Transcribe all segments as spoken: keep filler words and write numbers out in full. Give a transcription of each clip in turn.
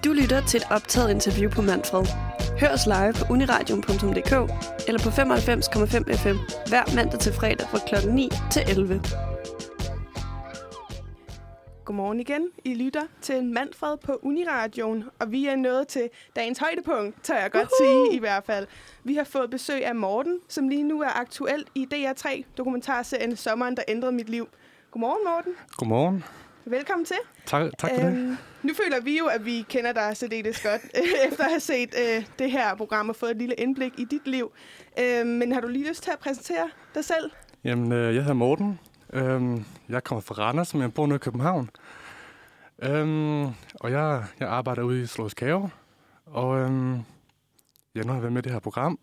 Du lytter til et optaget interview på Manfred. Hør os live på uniradion punktum d k eller på femoghalvfems komma fem F M hver mandag til fredag fra klokken ni til elleve. Godmorgen igen. I lytter til Manfred på Uniradion, og vi er nået til dagens højdepunkt, tør jeg godt Uhuh. sige i hvert fald. Vi har fået besøg af Morten, som lige nu er aktuel i D R tre dokumentarserien Sommeren, der ændrede mit liv. Godmorgen, Morten. Godmorgen. Velkommen til. Tak, tak for øhm, det. Nu føler vi jo, at vi kender dig særdeles godt, efter at have set øh, det her program og fået et lille indblik i dit liv. Øh, men har du lige lyst til at præsentere dig selv? Jamen, øh, jeg hedder Morten. Øhm, jeg kommer fra Randers, men jeg bor nede i København. Øhm, og jeg, jeg arbejder ude i Zoologisk Have. Og øhm, ja, nu har jeg været med i det her program.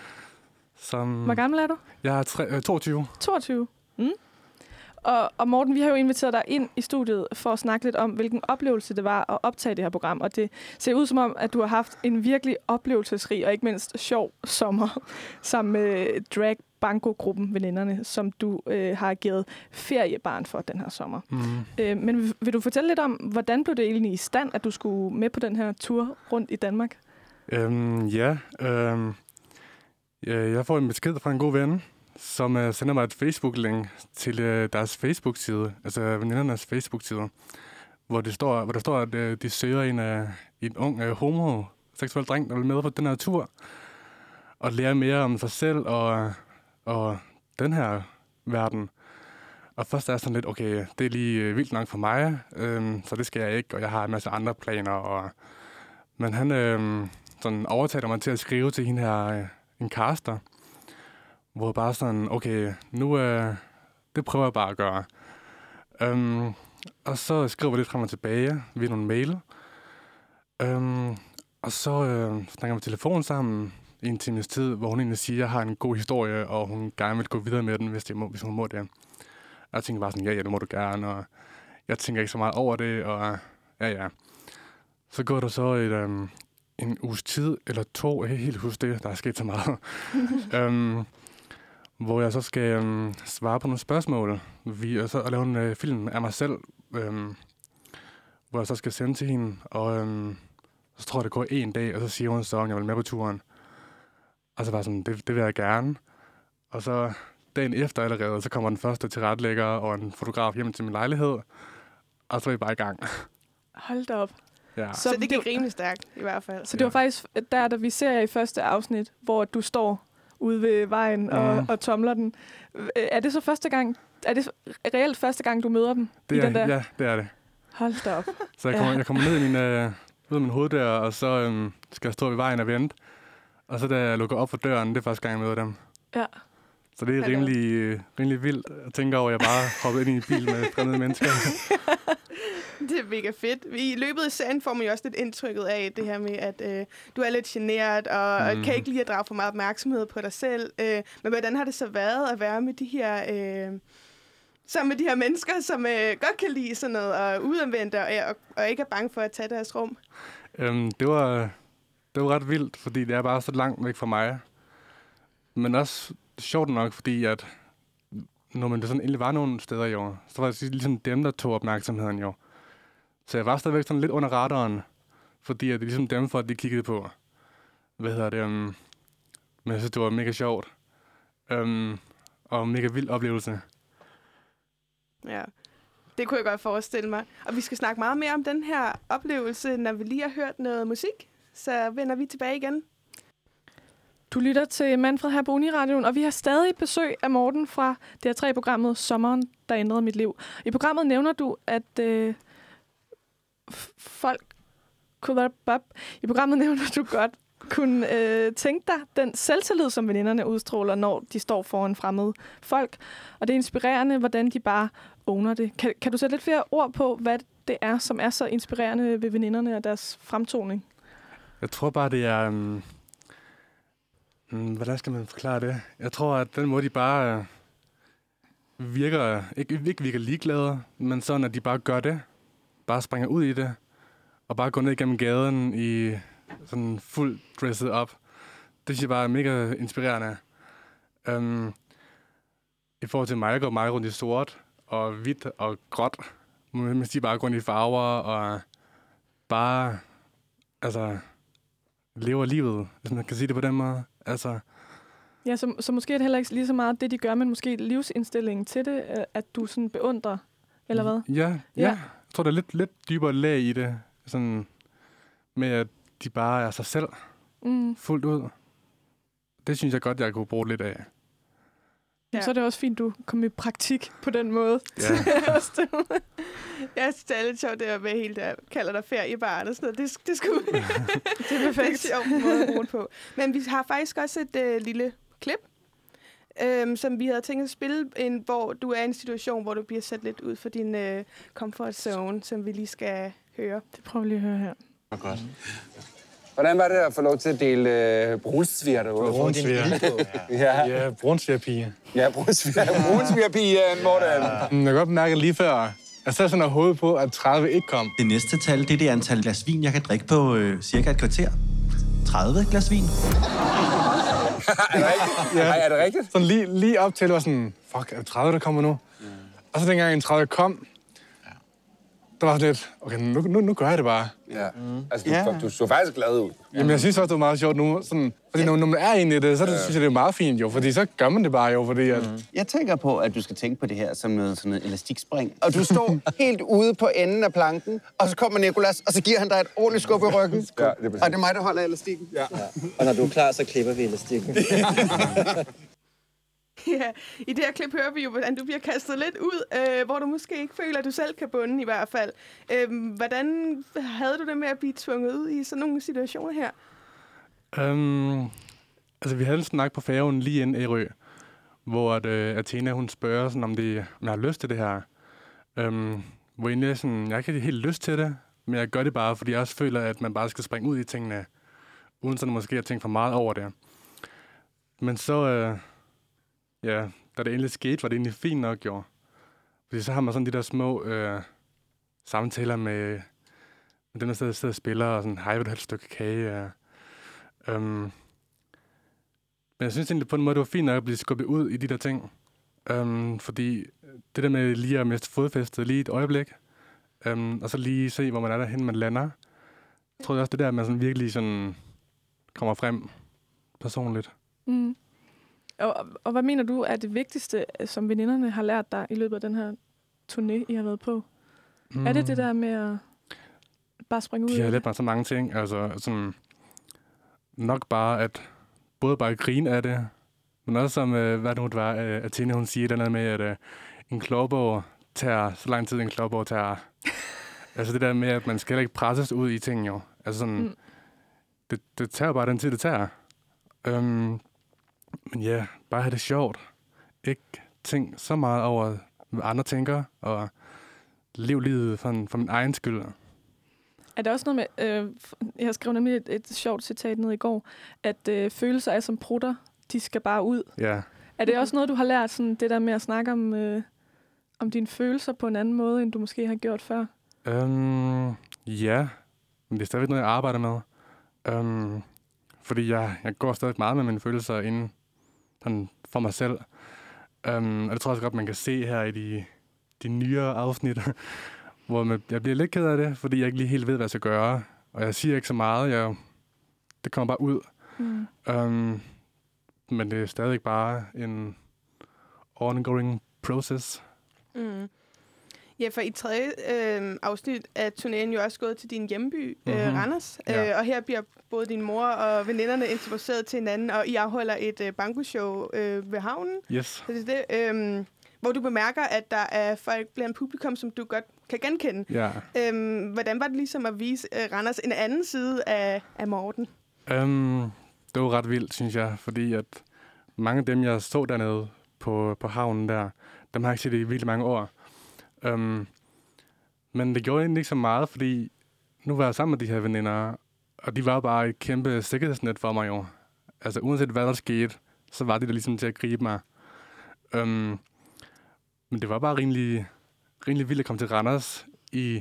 Som Hvor gammel er du? Jeg er tre, øh, toogtyve. toogtyve. Mm. Og, og Morten, vi har jo inviteret dig ind i studiet for at snakke lidt om, hvilken oplevelse det var at optage det her program. Og det ser ud som om, at du har haft en virkelig oplevelsesrig og ikke mindst sjov sommer sammen med Drag Banko-gruppen Veninderne, som du øh, har ageret feriebarn for den her sommer. Mm. Øh, men vil, vil du fortælle lidt om, hvordan blev det egentlig i stand, at du skulle med på den her tur rundt i Danmark? Øhm, ja, øhm, jeg får en besked fra en god ven, som uh, sender mig et Facebook-link til uh, deres Facebook-side, altså Venindernes Facebook-side, hvor, det står, hvor der står, at uh, de søger en, uh, en ung uh, homoseksuel dreng, der vil med på den her tur, og lære mere om sig selv og, og den her verden. Og først er jeg sådan lidt, okay, det er lige uh, vildt nok for mig, um, så det skal jeg ikke, og jeg har en masse andre planer. Og, men han uh, sådan overtaler mig til at skrive til hende her, uh, en caster, hvor bare sådan, okay, nu øh, det prøver jeg bare at gøre. Um, og så skriver vi lidt frem og tilbage via nogle mail. Um, og så øh, snakker vi telefon sammen i en times tid, hvor hun egentlig siger, at jeg har en god historie, og hun gerne vil gå videre med den, hvis, det må, hvis hun må det. Og jeg tænker bare sådan, ja, ja, det må du gerne, og jeg tænker ikke så meget over det, og ja, ja. Så går der så et, um, en uges tid, eller to, jeg kan helt huske det, der er sket så meget. um, hvor jeg så skal øhm, svare på nogle spørgsmål, vi, og så og lave en øh, film af mig selv, øhm, hvor jeg så skal sende til hende, og øhm, så tror jeg, det går en dag, og så siger hun så, om jeg vil med på turen. Og så var sådan, det, det vil jeg gerne. Og så dagen efter allerede, så kommer den første tilrettelægger og en fotograf hjem til min lejlighed, og så er vi bare i gang. Hold da op. Ja. Så, så det gik rimelig stærkt, i hvert fald. Så det var faktisk der, da vi ser jer i første afsnit, hvor du står ude ved vejen og, mm. og tomler den. Er det så første gang, er det reelt første gang, du møder dem? Det i er, den der? Ja, det er det. Hold da op. Så jeg kommer, ja. jeg kommer ned i min, øh, ud af min hoveddør, og så øh, skal jeg stå ved vejen og vente. Og så da jeg lukker op for døren, det er første gang, jeg møder dem. Ja. Så det er rimelig, øh, rimelig vildt at tænke over, at jeg bare hoppede ind i en bil med fremmede mennesker. Det er mega fedt. I løbet af serien får man jo også lidt indtrykket af det her med, at øh, du er lidt genert og mm. kan ikke lide at drage for meget opmærksomhed på dig selv. Øh, men hvordan har det så været at være med de her, øh, sammen med de her mennesker, som øh, godt kan lide sådan noget og udadvendte og, og, og ikke er bange for at tage deres rum? Øhm, det, var, det var ret vildt, fordi det er bare så langt væk fra mig. Men også sjovt nok, fordi at når man sådan endelig var nogle steder jo, så var det ligesom dem, der tog opmærksomheden jo. Så jeg var stadigvæk sådan lidt under radaren, fordi at det ligesom dem for, at de kiggede på. Hvad hedder det? Um, men jeg synes, det var mega sjovt. Um, og en mega vild oplevelse. Ja, det kunne jeg godt forestille mig. Og vi skal snakke meget mere om den her oplevelse, når vi lige har hørt noget musik. Så vender vi tilbage igen. Du lytter til Manfred her på Uniradioen, og vi har stadig besøg af Morten fra D R tre-programmet Sommeren, der ændrede mit liv. I programmet nævner du, at øh, folk kunne være I programmet nævner du godt kunne øh, tænke dig den selvtillid, som veninderne udstråler, når de står foran fremmede folk. Og det er inspirerende, hvordan de bare owner det. Kan, kan du sætte lidt flere ord på, hvad det er, som er så inspirerende ved veninderne og deres fremtoning? Jeg tror bare, det er... Um Mm, hvordan skal man forklare det? Jeg tror, at den måde, de bare øh, virker, ikke, ikke virker ligeglade, men sådan, at de bare gør det. Bare springer ud i det. Og bare går ned igennem gaden i sådan fuldt dresset op. Det synes jeg bare er mega inspirerende. Um, I forhold til mig, jeg går meget rundt i sort og hvidt og gråt. Mens de bare går rundt i farver og bare altså, lever livet, hvis man kan sige det på den måde. Altså, Ja, så, så måske er det heller ikke lige så meget det, de gør, men måske livsindstillingen til det, at du sådan beundrer, eller hvad? Ja, ja. Ja. Jeg tror, der er lidt, lidt dybere lag i det, sådan med, at de bare er sig selv Mm. fuldt ud. Det synes jeg godt, jeg kunne bruge lidt af. Ja. Så er det også fint, du kom i praktik på den måde. Ja. Jeg synes, det er lidt sjovt, det er med helt der kalder dig feriebarn og sådan noget. Det, det, skulle, Det er det er perfekt. sjovt måde at bruge det på. Men vi har faktisk også et øh, lille klip, øhm, som vi havde tænkt at spille, en, hvor du er i en situation, hvor du bliver sat lidt ud for din øh, comfort zone, som vi lige skal høre. Det prøver vi lige at høre her. Godt. Hvordan var det at få lov til at dele øh, brunsviger ud? Brunsviger. Ja, Ja, brunsvigerpige. ja brunsviger. Brunsvigerpige, Morten. Jeg kan godt mærke lige før, jeg sad sådan og håbede på, at tredive ikke kom. Det næste tal, det er det antal glas vin, jeg kan drikke på øh, cirka et kvarter. tredive glas vin. Er det rigtigt? Ja. Nej, er det rigtigt? Sådan lige, lige op til, var sådan, fuck, er det tredive, der kommer nu? Mm. Og så dengang en tredive kom, der var sådan lidt, okay, nu, nu, nu gør jeg det bare. Ja. Mm. Altså, du, Ja. du så faktisk glad ud. Jamen, jeg synes også, det var meget sjovt nu. Sådan, fordi når, når man er inde i det, så det, synes jeg, det er meget fint jo. Fordi så gør man det bare jo, fordi at... Mm. Jeg tænker på, at du skal tænke på det her som noget, sådan noget elastikspring. Og du står helt ude på enden af planken, og så kommer Nicolas, og så giver han dig et ordentligt skub i ryggen. Ja, det er præcis. Og det er mig, der holder elastikken. Ja. Og når du er klar, så klipper vi elastikken. Ja, i det her klip hører vi jo, hvordan du bliver kastet lidt ud, øh, hvor du måske ikke føler, at du selv kan bunde i hvert fald. Øh, hvordan havde du det med at blive tvunget ud i sådan nogle situationer her? Um, altså, vi havde en snak på færgen lige inden Ærø, hvor at, uh, Athena, hun spørger, sådan, om, det, om jeg har lyst til det her. Um, hvor egentlig sådan, jeg ikke har helt lyst til det, men jeg gør det bare, fordi jeg også føler, at man bare skal springe ud i tingene, uden sådan måske at tænke for meget over det. Men så... Uh, Ja, da det endelig skete, var det egentlig fint nok, jo. Fordi så har man sådan de der små øh, samtaler med, med dem, der sidder, sidder og spiller, og sådan, hej, vil du have et stykke kage? Ja. Um, men jeg synes egentlig på en måde, det var fint nok at blive skubbet ud i de der ting. Um, fordi det der med lige at miste fodfæstet lige et øjeblik, um, og så lige se, hvor man er derhen, man lander. Jeg tror også, det der, at man sådan virkelig sådan kommer frem personligt. Mm. Og, og hvad mener du er det vigtigste, som veninderne har lært dig i løbet af den her turné, I har været på? Mm. Er det det der med at bare springe ud? De har af lært mig så mange ting. Altså sådan, nok bare at både bare grine af det, men også som, øh, hvad det nu var, øh, Athena, hun siger den der med, at øh, en klogbog tager så lang tid, en klogbog tager. Altså det der med, at man skal ikke presses ud i ting jo. Altså sådan, mm. det, det tager bare den tid, det tager. Um, Men ja, bare have det sjovt. Ikke tænk så meget over, hvad andre tænker, og lev livet for, for min egen skyld. Er det også noget med, øh, jeg har skrevet nemlig et, et sjovt citat ned i går, at øh, følelser er som prutter, de skal bare ud. Ja. Er det også noget, du har lært, sådan det der med at snakke om, øh, om dine følelser på en anden måde, end du måske har gjort før? Um, ja, men det er stadigvæk noget, jeg arbejder med. Um, fordi jeg, jeg går stadig meget med mine følelser inden sådan for mig selv. Um, og det tror jeg også godt, man kan se her i de, de nyere afsnit, hvor man, jeg bliver lidt ked af det, fordi jeg ikke lige helt ved, hvad jeg skal gøre. Og jeg siger ikke så meget. Jeg, det kommer bare ud. Mm. Um, men det er stadig bare en ongoing process. Mm. Ja, for i tredje øh, afsnit er turnéen jo også gået til din hjemby, mm-hmm. øh, Randers. Ja. Øh, og her bliver både din mor og veninderne introduceret til hinanden, og I afholder et øh, banko-show øh, ved havnen. Yes. Så det er det, øh, hvor du bemærker, at der er folk blandt publikum, som du godt kan genkende. Ja. Øh, hvordan var det ligesom at vise øh, Randers en anden side af, af Morten? Um, det var ret vildt, synes jeg, fordi at mange af dem, jeg så dernede på, på havnen der, dem har jeg ikke set i virkelig mange år. Um, men det gjorde egentlig ikke så meget, fordi nu var jeg sammen med de her veninder, og de var bare et kæmpe sikkerhedsnet for mig jo. Altså uanset hvad der skete, så var de der ligesom til at gribe mig. Um, men det var bare rimelig, rimelig vildt at komme til Randers i,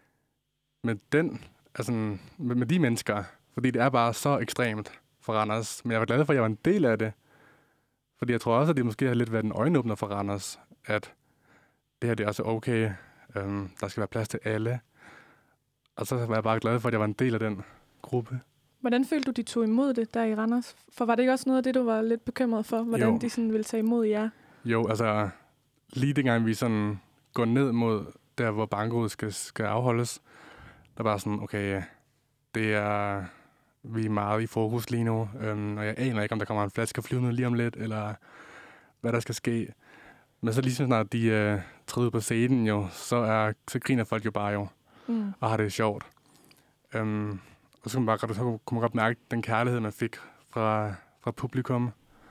med den, altså med, med de mennesker, fordi det er bare så ekstremt for Randers. Men jeg var glad for, at jeg var en del af det, fordi jeg tror også, at det måske har lidt været en øjenåbner for Randers, at det her det er også okay. Um, der skal være plads til alle. Og så var jeg bare glad for, at jeg var en del af den gruppe. Hvordan følte du, de tog imod det der i Randers? For var det ikke også noget af det, du var lidt bekymret for, hvordan Jo. de sådan ville tage imod jer? Jo, altså lige dengang vi sådan går ned mod der, hvor bankoet skal, skal afholdes, der var sådan, okay, det er, vi er meget i fokus lige nu, øhm, og jeg aner ikke, om der kommer en flaske flyvende lige om lidt, eller hvad der skal ske. Men så lige så snart de øh, træder på scenen jo, så, er, så griner folk jo bare jo, Mm. og har det sjovt. Øhm, og så kunne man, bare, så kunne man godt mærke den kærlighed, man fik fra, fra publikum.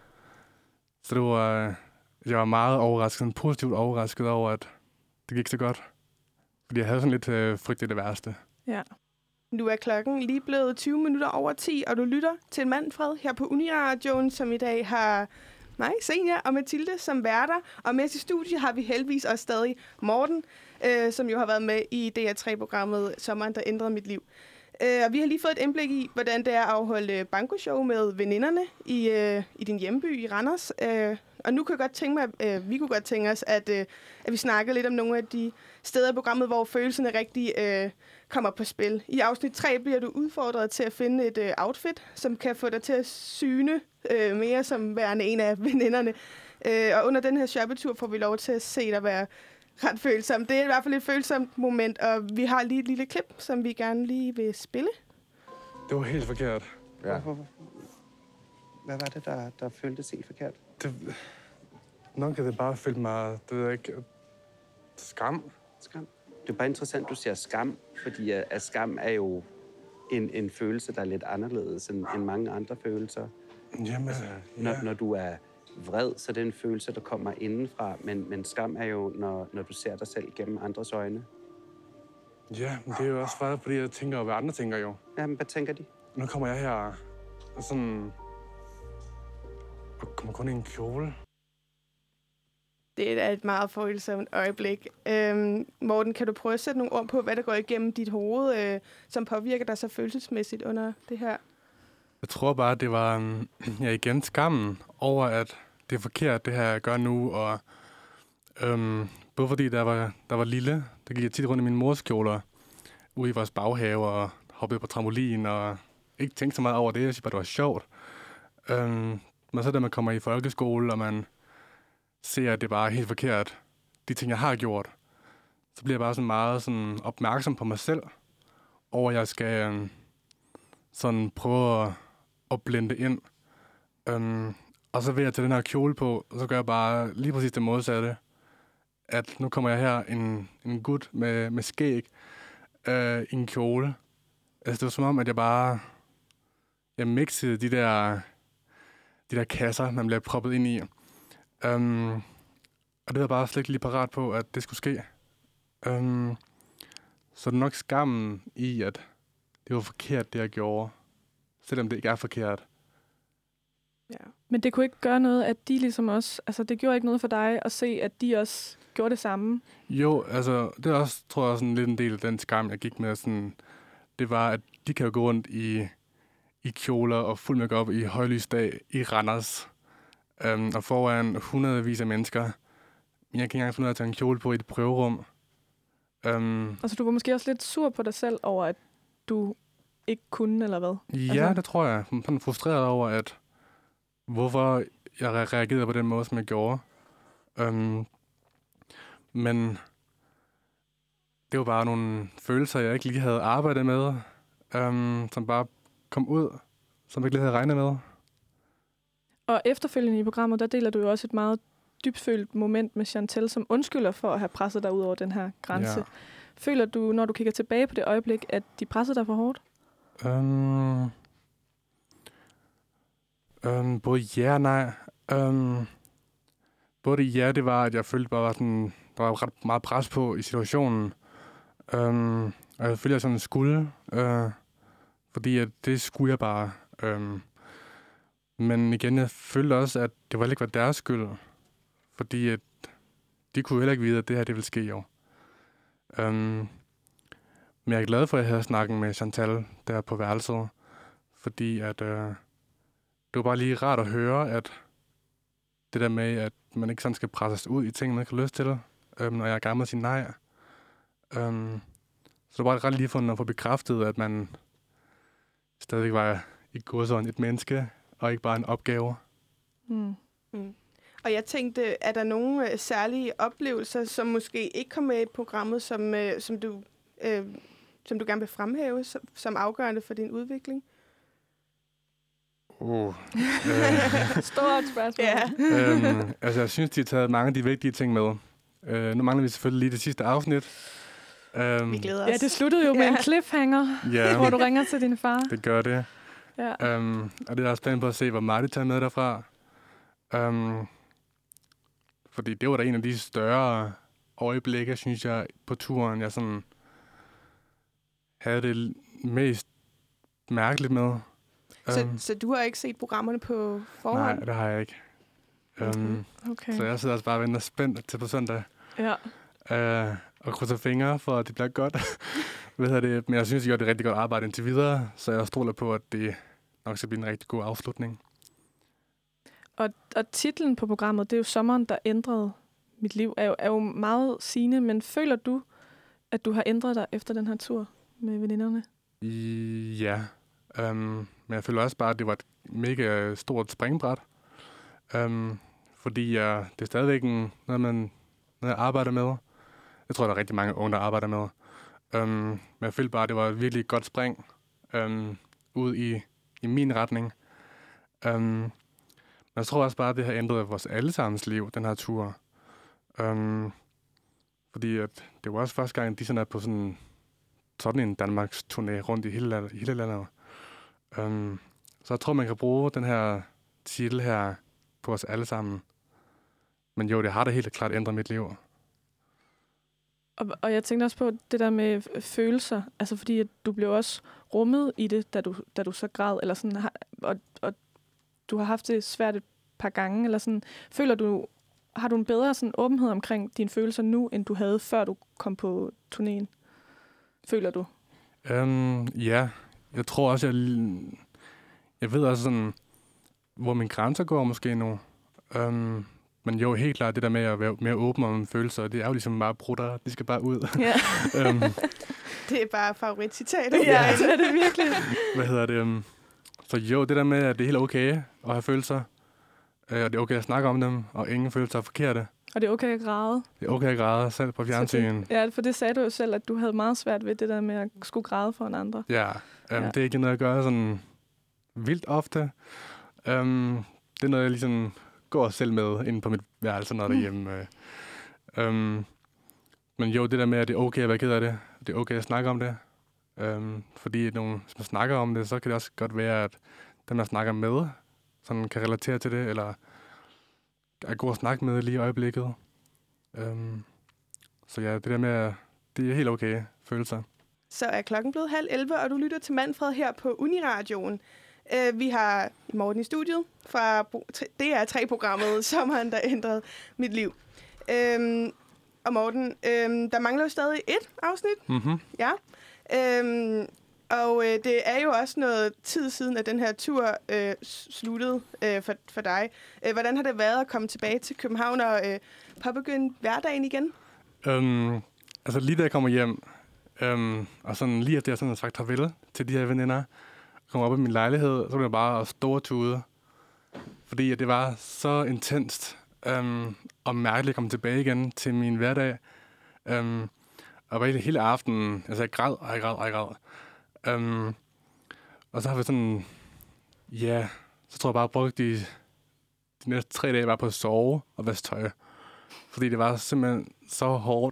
Så det var, jeg var meget overrasket, sådan positivt overrasket over, at det gik så godt. Fordi jeg havde sådan lidt øh, frygt i det værste. Ja. Nu er klokken lige blevet tyve minutter over ti, og du lytter til Manfred her på Uniradioen, som i dag har mig, Senja og Mathilde som værter. Og med i studiet har vi heldigvis også stadig Morten, øh, som jo har været med i D R tre-programmet Sommeren, der ændrede mit liv. Øh, og vi har lige fået et indblik i, hvordan det er at afholde bankoshow med veninderne i, øh, i din hjemby i Randers. Øh, og nu kan jeg godt tænke mig, øh, vi kunne godt tænke os, at, øh, at vi snakker lidt om nogle af de steder i programmet, hvor følelserne rigtig øh, kommer på spil. I afsnit tre bliver du udfordret til at finde et øh, outfit, som kan få dig til at syne øh, mere som værende en af veninderne. Øh, og under den her shoppetur får vi lov til at se dig være ret følsom. Det er i hvert fald et følsomt moment, og vi har lige et lille klip, som vi gerne lige vil spille. Det var helt forkert. Ja. Hvad var det, der, der føltes helt forkert? Det, nok er det bare følt mig, det ved jeg ikke, skam. Skam. Det er bare interessant, du siger skam, fordi at, at skam er jo en, en følelse, der er lidt anderledes end, end mange andre følelser. Jamen, altså, når, ja. når du er vred, så er det en følelse, der kommer indenfra, men, men skam er jo, når, når du ser dig selv gennem andres øjne. Ja, men det er jo også bare, fordi jeg tænker, hvad andre tænker jo. Ja, men hvad tænker de? Nu kommer jeg her og sådan... og kommer kun i en kjole. Det er et meget følsomt øjeblik. Øhm, Morten, kan du prøve at sætte nogle ord på, hvad der går igennem dit hoved, øh, som påvirker dig så følelsesmæssigt under det her? Jeg tror bare, det var um, ja, igen skammen over, at det er forkert, det her jeg gør nu. Og, øhm, både fordi der var, der var lille, der gik jeg tit rundt i mine mors kjoler ude i vores baghave og hoppede på trampolin og ikke tænkte så meget over det. Jeg synes bare, det var sjovt. Øhm, men så da man kommer i folkeskole, og man ser, at det bare er helt forkert, de ting, jeg har gjort, så bliver jeg bare sådan meget sådan opmærksom på mig selv, over at jeg skal øhm, sådan prøve at, at blende ind. Øhm, og så ved jeg tage den her kjole på, og så gør jeg bare lige præcis det modsatte. At nu kommer jeg her, en, en gut med, med skæg, øh, i en kjole. Altså det var som om, at jeg bare jeg mixede de der, de der kasser, man bliver proppet ind i. Um, og det var bare slet ikke lige parat på, at det skulle ske. Um, så det er nok skammen i, at det var forkert, det jeg gjorde. Selvom det ikke er forkert. Ja. Men det kunne ikke gøre noget, at de ligesom også... Altså, det gjorde ikke noget for dig at se, at de også gjorde det samme? Jo, altså, det er også, tror jeg, sådan lidt en del af den skam, jeg gik med. Sådan, det var, at de kan jo gå rundt i, i kjoler og fuld makeup i højlysdag i Randers. Um, og foran hundredvis af mennesker. Men jeg kan ikke engang finde ud af at tage en kjole på i et prøverum. Um, altså, du var måske også lidt sur på dig selv over, at du ikke kunne, eller hvad? Ja, altså... det tror jeg. Jeg er frustreret over, at hvorfor jeg reagerede på den måde, som jeg gjorde. Um, men det var bare nogle følelser, jeg ikke lige havde arbejdet med, um, som bare kom ud, som jeg ikke lige havde regnet med. Og efterfølgende i programmet, der deler du jo også et meget dybfølt moment med Chantel, som undskylder for at have presset dig ud over den her grænse. Ja. Føler du, når du kigger tilbage på det øjeblik, at de pressede dig for hårdt? Um, um, både ja og nej. Um, både ja, det var, at jeg følte bare, sådan, der var ret meget pres på i situationen. Um, og jeg følte, at jeg sådan skulle. Uh, fordi at det skulle jeg bare. Um, Men igen, jeg følte også, at det var ikke var deres skyld. Fordi at de kunne heller ikke vide, at det her det ville ske jo. Um, men jeg er glad for, at jeg havde snakket med Chantal der på værelset. Fordi at, uh, det var bare lige rart at høre, at det der med, at man ikke sådan skal presses ud i ting, man ikke har lyst til. Um, og jeg er gammel med at sige nej. Um, så det var bare ret lige fundet at få bekræftet, at man stadigvæk var i godsøjne et menneske, og ikke bare en opgave. Mm. Mm. Og jeg tænkte, er der nogle øh, særlige oplevelser, som måske ikke kom med i programmet, som, øh, som, du, øh, som du gerne vil fremhæve som, som afgørende for din udvikling? Uh, øh. Stort spørgsmål. Ja. øhm, altså, jeg synes, de har taget mange af de vigtige ting med. Øh, nu mangler vi selvfølgelig lige det sidste afsnit. Um, Vi glæder os. Ja, det sluttede jo med Ja. en cliffhanger, Ja. hvor du ringer til din far. Det gør det. Ja. Um, og det er jeg også spændt på at se, hvor meget de tager med derfra. Um, fordi det var da en af de større øjeblikke, synes jeg, på turen, jeg sådan havde det mest mærkeligt med. Så, Um, så du har ikke set programmerne på forhånd? nej, det har jeg ikke. Um, Okay. Så jeg sidder også bare og venter spændt til på søndag. Ja. Uh, og krydser fingre for, at det bliver godt. Ved jeg det. Men jeg synes, I gør det rigtig godt arbejde indtil videre, så jeg stoler på, at det nok skal blive en rigtig god afslutning. Og, og titlen på programmet, det er jo Sommeren, der ændrede mit liv, er jo, er jo meget sigende, men føler du, at du har ændret dig efter den her tur med veninderne? I, ja, um, men jeg føler også bare, at det var et mega stort springbræt. Um, fordi uh, det er stadigvæk en, noget, man noget, jeg arbejder med. Jeg tror, der er rigtig mange unge, der arbejder med. Um, men jeg følte bare, at det var et virkelig godt spring um, ud i, i min retning. Um, men jeg tror også bare, at det har ændret vores allesammens liv, den her tur. Um, fordi at det var også første gang, de sådan er på sådan, sådan en Danmarks turné rundt i hele landet. I hele landet. Um, så jeg tror, man kan bruge den her titel her på os alle sammen. Men jo, det har da helt klart ændret mit liv. Og, og jeg tænkte også på det der med f- følelser, altså fordi at du blev også rummet i det, da du, da du så græd, eller sådan, har, og, og du har haft det svært et par gange, eller sådan, føler du, har du en bedre sådan åbenhed omkring dine følelser nu, end du havde, før du kom på turnéen? Føler du? Um, ja, jeg tror også, jeg, jeg ved også sådan, hvor mine grænser går måske nu. Um, men jo, helt klart det der med at være mere åben om følelser, det er jo ligesom bare brutter, de skal bare ud. Ja. um, Det er bare favoritcitatet. Ja, det er det virkelig. Hvad hedder det? Um, så jo, det der med, at det er helt okay at have følelser, uh, og det er okay at snakke om dem, og ingen følelser er forkerte. Og det er okay at græde. Det er okay at græde selv på fjernsynet. Det, ja, for det sagde du jo selv, at du havde meget svært ved det der med at skulle græde for en andre. Ja, um, Ja. det er ikke noget, jeg gør sådan vildt ofte. Um, det er noget, jeg ligesom går selv med inde på mit værelse, når det er hjemme. Um, men jo, det der med, at det er okay at være ked af det. Det er okay at snakke om det. Um, fordi nogle, hvis man snakker om det, så kan det også godt være, at dem, man snakker med, sådan kan relatere til det, eller er god at snakke med lige i øjeblikket. Um, så ja, det der med, at det er helt okay følelser. Så er klokken blevet halv elleve, og du lytter til Manfred her på Uniradioen. Uh, vi har Morten i studiet fra D R tre-programmet Sommeren, der ændrede mit liv. Um, og Morten, um, der mangler jo stadig et afsnit. Mm-hmm. Ja. Um, og uh, det er jo også noget tid siden, at den her tur uh, sluttede uh, for, for dig. Uh, hvordan har det været at komme tilbage til København og uh, påbegynde hverdagen igen? Um, altså lige da jeg kommer hjem, um, og sådan lige efter jeg sådan har sagt farvel til de her veninder, kommer op i min lejlighed, så blev jeg bare stortude. Fordi at det var så intenst um, og mærkeligt at komme tilbage igen til min hverdag. Um, og var hele, hele aftenen, altså jeg græd, og jeg græd, og jeg græd. Um, og så har vi sådan, ja, så tror jeg bare, brugt de, de næste tre dage bare på at sove og vaske tøj. Fordi det var simpelthen så hårdt.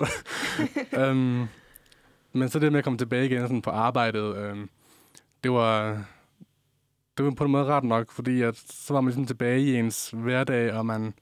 um, men så det med at komme tilbage igen sådan på arbejdet, um, det var, det var på en måde ret nok, fordi at, så var man ligesom tilbage i ens hverdag, og man,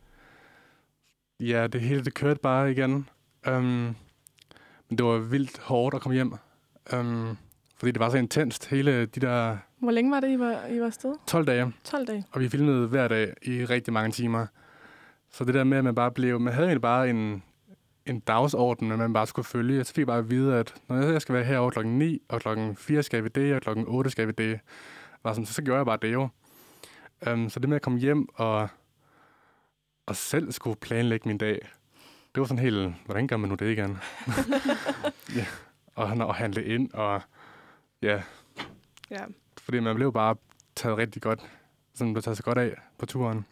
ja, det hele det kørte bare igen. Um, men det var vildt hårdt at komme hjem, um, fordi det var så intenst, hele de der... Hvor længe var det, I var, I var afsted? tolv dage. tolv dage. Og vi filmede hver dag i rigtig mange timer. Så det der med, at man bare blev... Man havde egentlig bare en, en dagsorden, man bare skulle følge. Så fik jeg bare at vide, at når jeg skal være herovre klokken ni, og klokken fire skal vi det, og klokken otte skal vi det, var sådan, så, så gjorde jeg bare det jo. Um, så det med at komme hjem og, og selv skulle planlægge min dag, det var sådan helt, hvordan gør man nu det igen? Ja. Og, og handle ind, og ja... Ja. Fordi man blev bare taget rigtig godt, sådan blev taget så godt af på turen.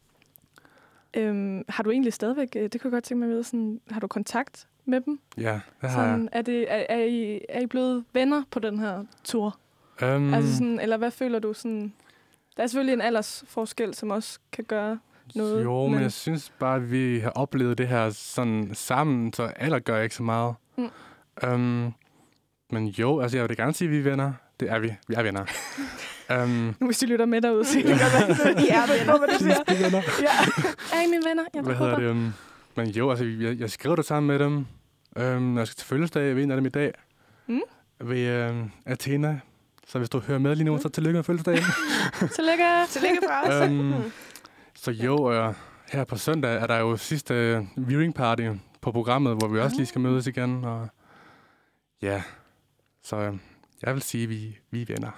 Øhm, har du egentlig stadigvæk, det kunne jeg godt tænke mig at vide, sådan, har du kontakt med dem? Ja, det har sådan, er, det, er, er, I, er I blevet venner på den her tur? jeg. Um, Altså sådan, eller hvad føler du sådan? Der er selvfølgelig en aldersforskel, som også kan gøre noget. Jo, men, men jeg synes bare, at vi har oplevet det her sådan sammen, så alder gør ikke så meget. Mm. Um, men jo, altså jeg vil da gerne sige, at vi er venner. Det er vi. Vi er venner. um, Nu hvis de lytter med derude, så kan det godt være, I er venner. Hvad du siger. Vi er venner. Ja. Er I mine venner? Jeg Hvad hedder det? Um, men jo, altså jeg, jeg skrev det sammen med dem. Um, jeg skal til fødselsdag ved en af dem i dag. Mm. Ved um, Athena. Så hvis du hører med lige nu, så tillykke med fødselsdagen. Tillykke. Tillykke fra os. um, så jo, øh, her på søndag er der jo sidste øh, viewing party på programmet, hvor vi også lige skal mødes igen. Og ja, så øh, jeg vil sige, at vi, vi er venner.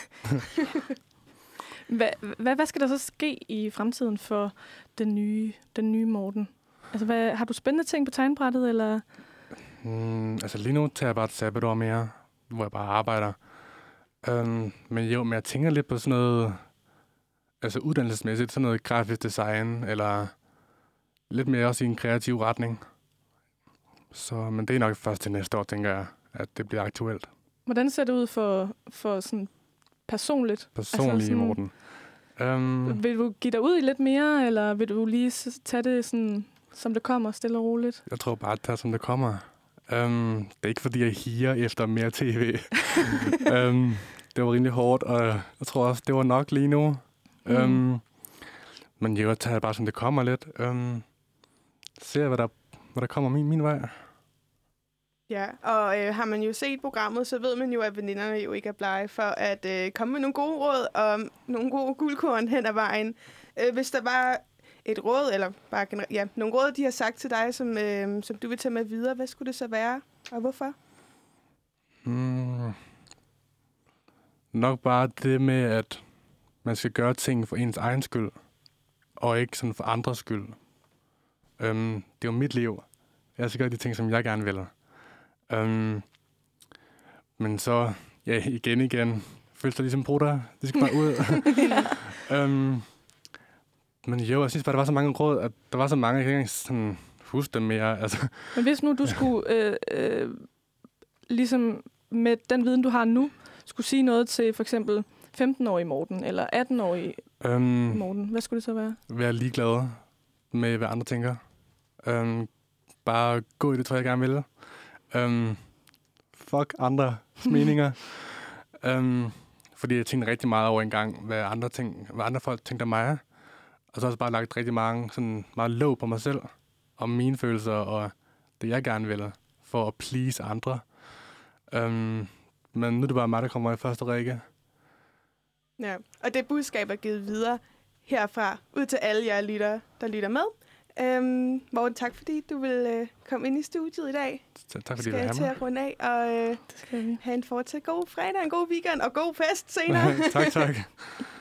Hvad, hvad, hvad skal der så ske i fremtiden for den nye, den nye Morten? Altså, hvad, har du spændende ting på tegnbrættet, eller? Mm, altså lige nu tager jeg bare et sabbatår mere, hvor jeg bare arbejder. Um, men jo, men jeg tænker lidt på sådan noget, altså uddannelsesmæssigt, sådan noget grafisk design, eller lidt mere også i en kreativ retning. Så, men det er nok først til næste år, tænker jeg, at det bliver aktuelt. Hvordan ser det ud for, for sådan personligt? Personligt, altså sådan, Morten. Um, vil du give dig ud i lidt mere, eller vil du lige tage det sådan, som det kommer, stille og roligt? Jeg tror bare, at det er, som det kommer. Um, det er ikke, fordi jeg higer efter mere tv. um, det var rimelig hårdt, og jeg tror også, det var nok lige nu. Mm. Um, men jeg tager det bare, som det kommer lidt. Um, ser, hvad der, hvad der kommer min, min vej. Ja, og øh, har man jo set programmet, så ved man jo, at veninderne jo ikke er blege for at øh, komme med nogle gode råd og nogle gode guldkorn hen ad vejen. Øh, hvis der var et råd, eller bare gener- ja, nogle råd, de har sagt til dig, som, øh, som du vil tage med videre, hvad skulle det så være, og hvorfor? Mm. Nok bare det med, at man skal gøre ting for ens egen skyld, og ikke sådan for andres skyld. Um, det er jo mit liv. Jeg skal gøre de ting, som jeg gerne vil. Um, men så, ja, igen igen, føles der ligesom brutter. Det skal bare ud. um, men jo, jeg synes bare, der var så mange råd, at der var så mange, jeg kan ikke sådan huske dem mere. Altså. Men hvis nu du skulle, øh, øh, ligesom med den viden, du har nu, skulle sige noget til for eksempel femten-årig Morten, eller atten-årig um, Morten, hvad skulle det så være? Være ligeglad med, hvad andre tænker. Um, bare gå i det, tror jeg, jeg gerne vil. Um, fuck andres meninger. Um, fordi jeg tænkte rigtig meget over en gang, hvad andre, ting, hvad andre folk tænkte om mig. Og så har jeg også bare lagt rigtig mange, sådan meget låg på mig selv, om mine følelser og det, jeg gerne vil, for at please andre. Um, men nu er det bare mig, der kommer i første række. Ja, og det budskab er givet videre herfra, ud til alle jer lyttere, der lytter med. Øhm, Morten, tak fordi du vil øh, komme ind i studiet i dag. Så, tak fordi skal du vil jeg have til mig. at runde af og øh, Det skal vi. have en fortsat god fredag, en god weekend og god fest senere. tak, tak.